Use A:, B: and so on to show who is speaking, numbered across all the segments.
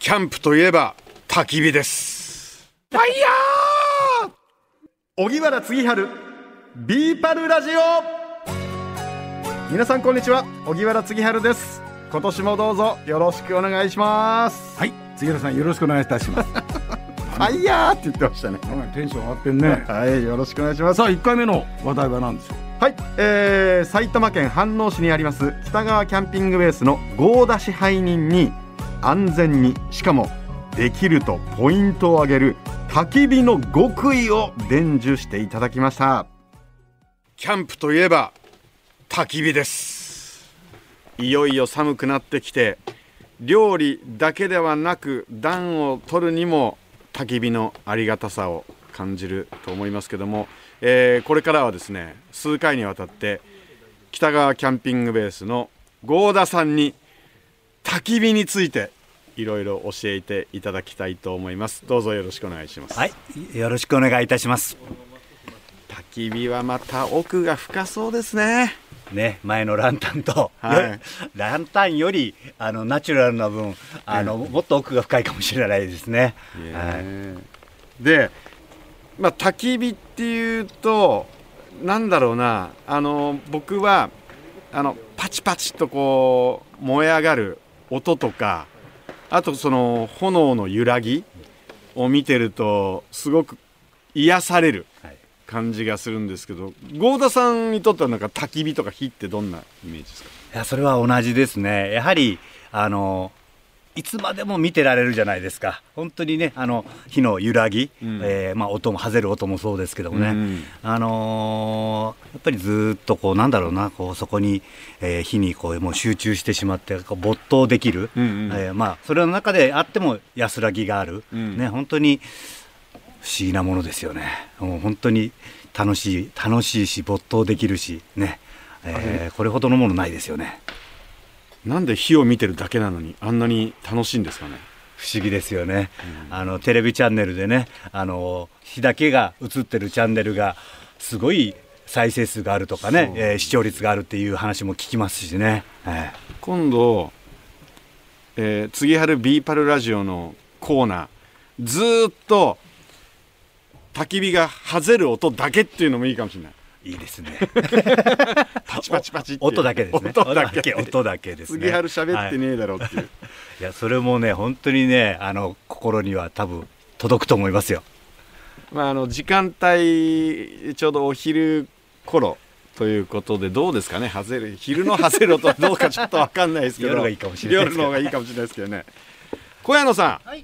A: キャンプといえば焚き火です。ファイヤー。
B: 荻原次春ビーパルラジオ。皆さんこんにちは、荻原次春です。今年もどうぞよろしくお願いします。
C: はい、次原さんよろしくお願いいたします
B: ファイヤーって言ってましたね。
C: テンション上がってんね
B: はい、よろしくお願いします。
C: さあ1回目の話題は何でしょう。
B: はい、埼玉県飯能市にあります北川キャンピングベースの合田支配人に安全に、しかもできるとポイントを上げる焚き火の極意を伝授していただきました。
A: キャンプといえば焚き火です。いよいよ寒くなってきて、料理だけではなく暖を取るにも焚き火のありがたさを感じると思いますけども、これからはですね、数回にわたって北川キャンピングベースの合田さんに焚き火についていろいろ教えていただきたいと思います。どうぞよろしくお願いします。
D: はい、よろしくお願いいたします。
A: 焚き火はまた奥が深そうですね。
D: 前のランタンと、ランタンよりナチュラルな分もっと奥が深いかもしれないですね。
A: で、焚き火っていうとなんだろうな、僕はパチパチとこう燃え上がる音とか、あとその炎の揺らぎを見てるとすごく癒される感じがするんですけど、合田さんにとってはなんか焚き火とか火ってどんなイメージですか？
D: いや、それは同じですね。やはりいつまでも見てられるじゃないですか。本当にね、火の揺らぎ、音も、はぜる音もそうですけどもね、やっぱりずっとこうなんだろうな、こうそこに、火にこうもう集中してしまってこう没頭できる、それの中であっても安らぎがある、本当に不思議なものですよね。もう本当に楽しいし没頭できるしね、これほどのものないですよね。
A: なんで火を見てるだけなのにあんなに楽しいんですかね。
D: 不思議ですよね。テレビチャンネルでね、火だけが映ってるチャンネルがすごい再生数があるとかね、視聴率があるっていう話も聞きますしね。
A: 今度、次春ビーパルラジオのコーナー、ずっと焚き火がはぜる音だけっていうのもいいかもしれない。
D: いいですね。
A: パチパチパチって
D: 音だけですね。音だけですね。
A: 次春喋ってねえだろうっていう、
D: いや、それもね本当にね、心には多分届くと思いますよ。
A: 時間帯ちょうどお昼頃ということで、どうですかね、昼のはぜる音はどうかちょっと分かんないですけど
D: 夜がいいかもしれないですけど、
A: 夜の方がいいかもしれないですけどね。小谷野さん、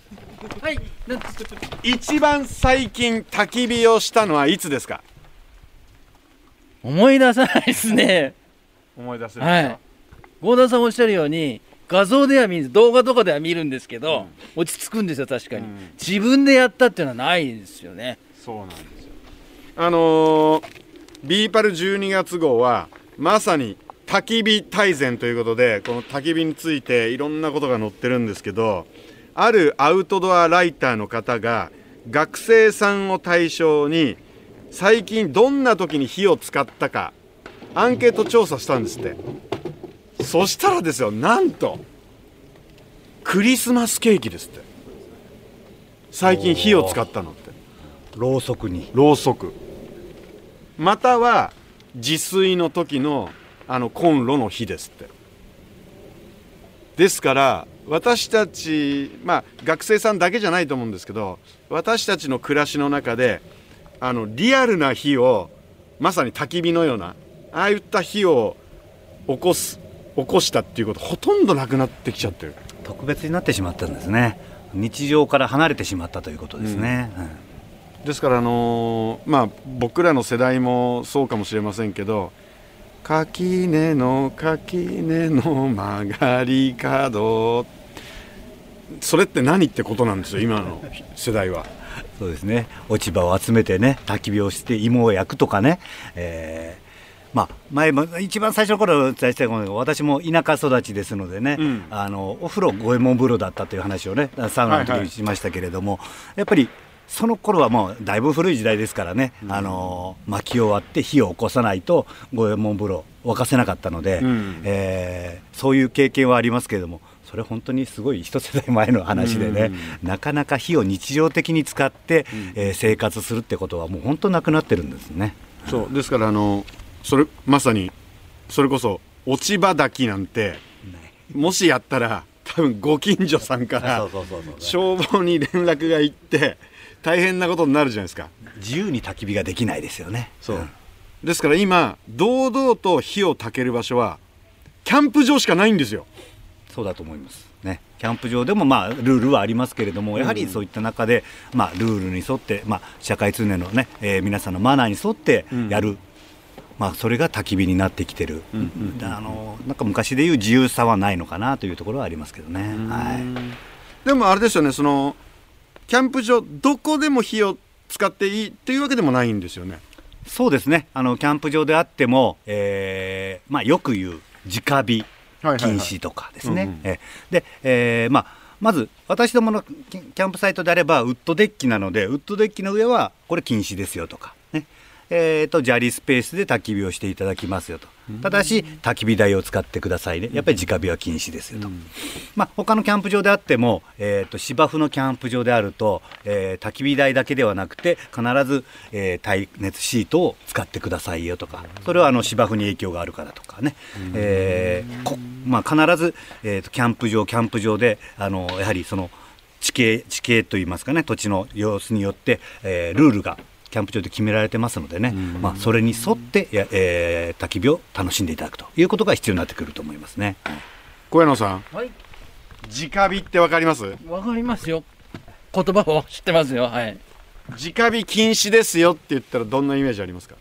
A: 一番最近焚き火をしたのはいつですか？
E: 思い出さないですね。
A: 思い出せるんですか？
E: 合田さんおっしゃるように画像では見る、動画とかでは見るんですけど、落ち着くんですよ。確かに、自分でやったっていうのはないですよね。
A: そうなんですよ。ビーパル12月号はまさに焚き火大全ということで、この焚き火についていろんなことが載ってるんですけど、あるアウトドアライターの方が学生さんを対象に最近どんな時に火を使ったかアンケート調査したんですって。そしたらですよ、なんとクリスマスケーキですって。最近火を使ったのって。
D: ろうそくに、
A: ろうそく、または自炊の時のコンロの火ですって。ですから私たち、学生さんだけじゃないと思うんですけど、私たちの暮らしの中でリアルな火を、まさに焚き火のようなああいった火を起こしたっていうことほとんどなくなってきちゃってる。
D: 特別になってしまったんですね。日常から離れてしまったということですね。
A: ですから僕らの世代もそうかもしれませんけど、垣根の曲がり角、それって何ってことなんですよ、今の世代は。
D: そうですね。落ち葉を集めてね、焚き火をして芋を焼くとかね、前も一番最初の頃お伝えしたのが、私も田舎育ちですのでね、お風呂五右衛門風呂だったという話をね、サウナの時にしましたけれども、やっぱりその頃はもうだいぶ古い時代ですからね、薪を割って火を起こさないと五右衛門風呂沸かせなかったので、そういう経験はありますけれども、そそれ本当にすごい一世代前の話でね、なかなか火を日常的に使って、生活するってことはもう本当なくなってるんですね。
A: そうですからそれまさにそれこそ落ち葉焚きなんて、もしやったら多分ご近所さんから消防に連絡が行って大変なことになるじゃないですか。
D: 自由に焚き火ができないですよね。
A: そう、ですから今堂々と火を焚ける場所はキャンプ場しかないんですよ。
D: そうだと思いますね。キャンプ場でもまあルールはありますけれども、やはりそういった中で、まあ、ルールに沿って、まあ、社会通念のね、皆さんのマナーに沿ってやる、まあ、それが焚き火になってきてる、なんか昔でいう自由さはないのかなというところはありますけどね。はい、
A: でもあれですよね、キャンプ場どこでも火を使っていいっていうわけでもないんですよね。
D: そうですね。キャンプ場であっても、まあ、よく言う直火禁止とかですね。で、まず私どものキャンプサイトであればウッドデッキなので、ウッドデッキの上はこれ禁止ですよとかね、砂利スペースで焚き火をしていただきますよと。ただし焚き火台を使ってくださいね、やっぱり直火は禁止ですよと。まあ、他のキャンプ場であっても、芝生のキャンプ場であると、焚き火台だけではなくて必ず、耐熱シートを使ってくださいよとか、それは芝生に影響があるからとかね、まあ、必ず、キャンプ場でやはりその地形といいますかね、土地の様子によって、ルールがキャンプ場で決められてますのでね、まあ、それに沿って焚き火を楽しんでいただくということが必要になってくると思いますね。
A: 小谷野さん、
E: はい、
A: 直火ってわかります？
E: わかりますよ。言葉を知ってますよ。はい。
A: 直火禁止ですよって言ったらどんなイメージありますか？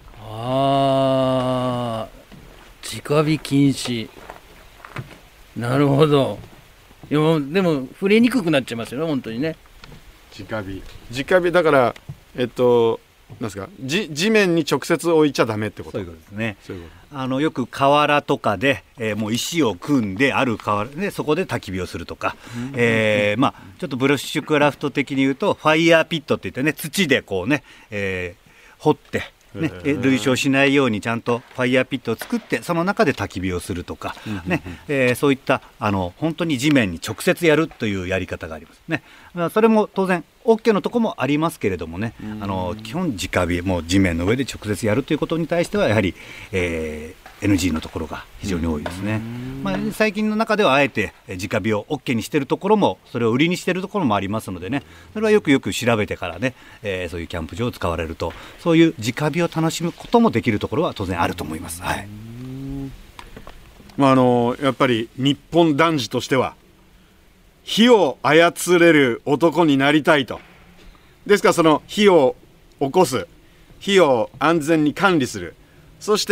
E: 直火禁止。なるほど。でも触れにくくなっちゃいますよね、本当にね。
A: 直火だからなんですか、地面に直接置いちゃダメってこと？
D: そういうことですね。よく河原とかで、もう石を組んである河原でそこで焚き火をするとか、まあ、ちょっとブラッシュクラフト的に言うとファイヤーピットって言ってね、土でこうね、掘ってね、類焼しないようにちゃんとファイヤーピットを作ってその中で焚き火をするとか、ね、そういった本当に地面に直接やるというやり方がありますね。それも当然 OK のところもありますけれどもね、基本直火、もう地面の上で直接やるということに対してはやはり、NG のところが非常に多いですね。まあ、最近の中ではあえて直火を OK にしているところも、それを売りにしているところもありますのでね、それはよく調べてからね、そういうキャンプ場を使われると、そういう直火を楽しむこともできるところは当然あると思います。はい。
A: まあやっぱり日本男児としては火を操れる男になりたいと。ですからその火を起こす、火を安全に管理する、そして、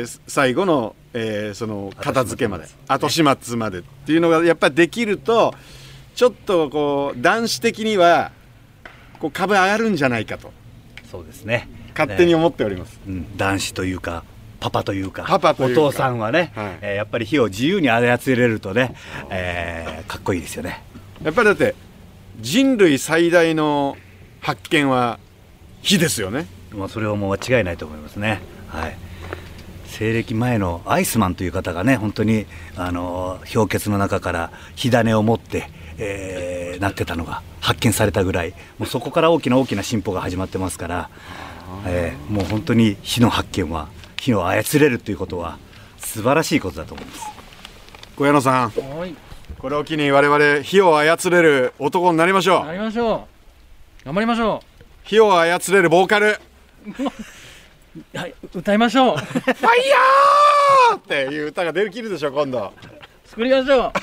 A: 最後の、その片付けまで、後始末までっていうのがやっぱりできると、ちょっとこう男子的にはこう株上がるんじゃないかと。
D: そうですね。
A: 勝手に思っております。
D: 男子というかパパというか
A: お
D: 父さんはね、やっぱり火を自由に操れるとね、かっこいいですよね。
A: やっぱりだって人類最大の発見は火ですよね。
D: まあ、それはもう間違いないと思いますね。はい。西暦前のアイスマンという方がね、本当に氷結の中から火種を持って、なってたのが発見されたぐらい、もうそこから大きな進歩が始まってますから、もう本当に火の発見は、火を操れるということは素晴らしいことだと思います。
A: 小谷野さん、これを機に我々火を操れる男になりましょう。
E: 頑張りましょう。
A: 火を操れるボーカル
E: はい、歌いましょう。
A: ファイヤーっていう歌ができるでしょ、今度。
E: 作りましょう。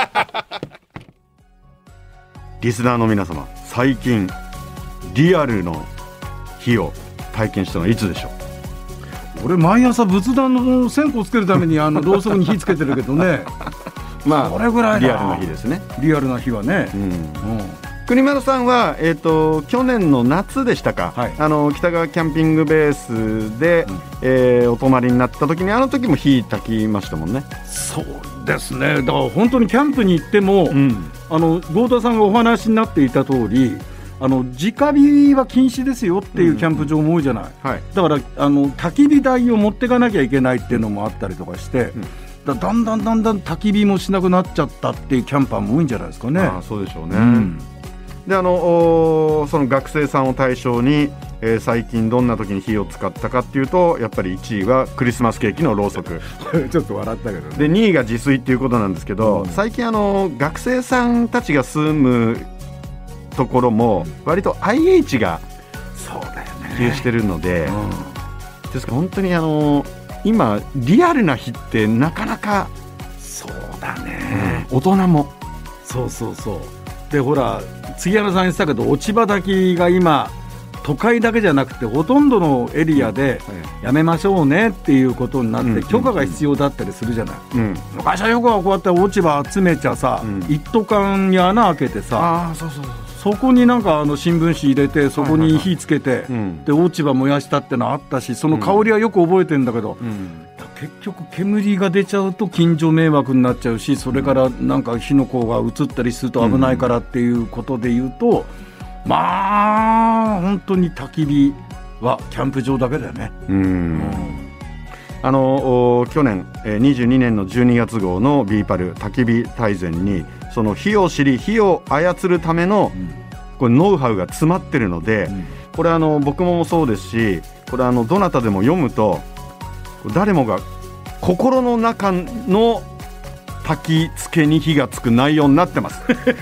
B: リスナーの皆様、最近リアルの火を体験したのはいつでしょう？
C: 俺毎朝仏壇の線香つけるためにろうそくに火つけてるけどね。
B: まあ
C: これぐらい
B: リアルな火ですね。
C: リアルな火はね。
B: 国丸さんは、去年の夏でしたか、北川キャンピングベースで、お泊まりになった時に時も火焚きましたもんね。
C: そうですね。だから本当にキャンプに行っても、豪田さんがお話になっていた通り、直火は禁止ですよっていうキャンプ場も多いじゃない、だから焚き火台を持っていかなきゃいけないっていうのもあったりとかして、 だんだん焚き火もしなくなっちゃったっていうキャンパーも多いんじゃないですかね。
B: そうでしょうね、でその学生さんを対象に、最近どんな時に火を使ったかっていうと、やっぱり1位はクリスマスケーキのろうそく
C: ちょっと笑ったけどね。
B: で2位が自炊っていうことなんですけど、最近学生さんたちが住むところも割と IH が普及してるので、ですから本当に今リアルな火ってなかなか
C: そうだね、
B: 大人も
C: そうでほら杉原さん言ってたけど、落ち葉焚きが今都会だけじゃなくてほとんどのエリアでやめましょうねっていうことになって許可が必要だったりするじゃない、昔はよくはこうやって落ち葉集めちゃさ、一斗缶に穴開けてさ、そこになんか新聞紙入れてそこに火つけて、で落ち葉燃やしたってのあったし、その香りはよく覚えてるんだけど、結局煙が出ちゃうと近所迷惑になっちゃうし、それからなんか火の粉が移ったりすると危ないからっていうことで言うと、まあ本当に焚き火はキャンプ場だけだよね。
B: 去年22年の12月号のビーパル焚き火大全にその火を知り火を操るためのこれノウハウが詰まってるので、これ僕もそうですし、これどなたでも読むと誰もが心の中の焚き付けに火がつく内容になってます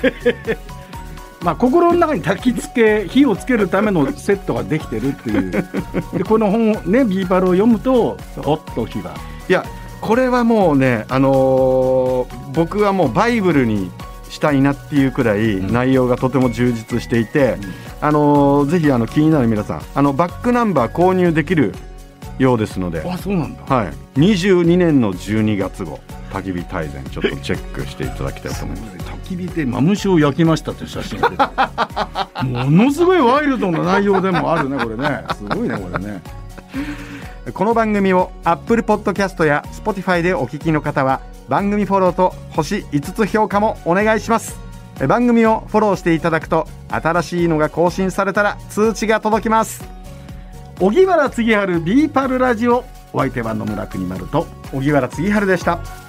C: 心の中に焚き付け火をつけるためのセットができてるっていうでこの本ねビーパルを読むとほっと火が、
B: いやこれはもうね、僕はもうバイブルにしたいなっていうくらい内容がとても充実していて、ぜひ気になる皆さんバックナンバー購入できるようですので、
C: そうなんだ、
B: 22年の12月号焚き火大全ちょっとチェックしていただきたいと思います
C: 焚き火でマムシを焼きましたという写真が出てものすごいワイルドな内容でもあるねこれね、すごいねこれね
B: この番組を Apple Podcast や Spotify でお聞きの方は番組フォローと星5つ評価もお願いします。番組をフォローしていただくと新しいのが更新されたら通知が届きます。
C: 荻原次春ビーパルラジオ、お相手は野村国丸と
B: 荻原次春でした。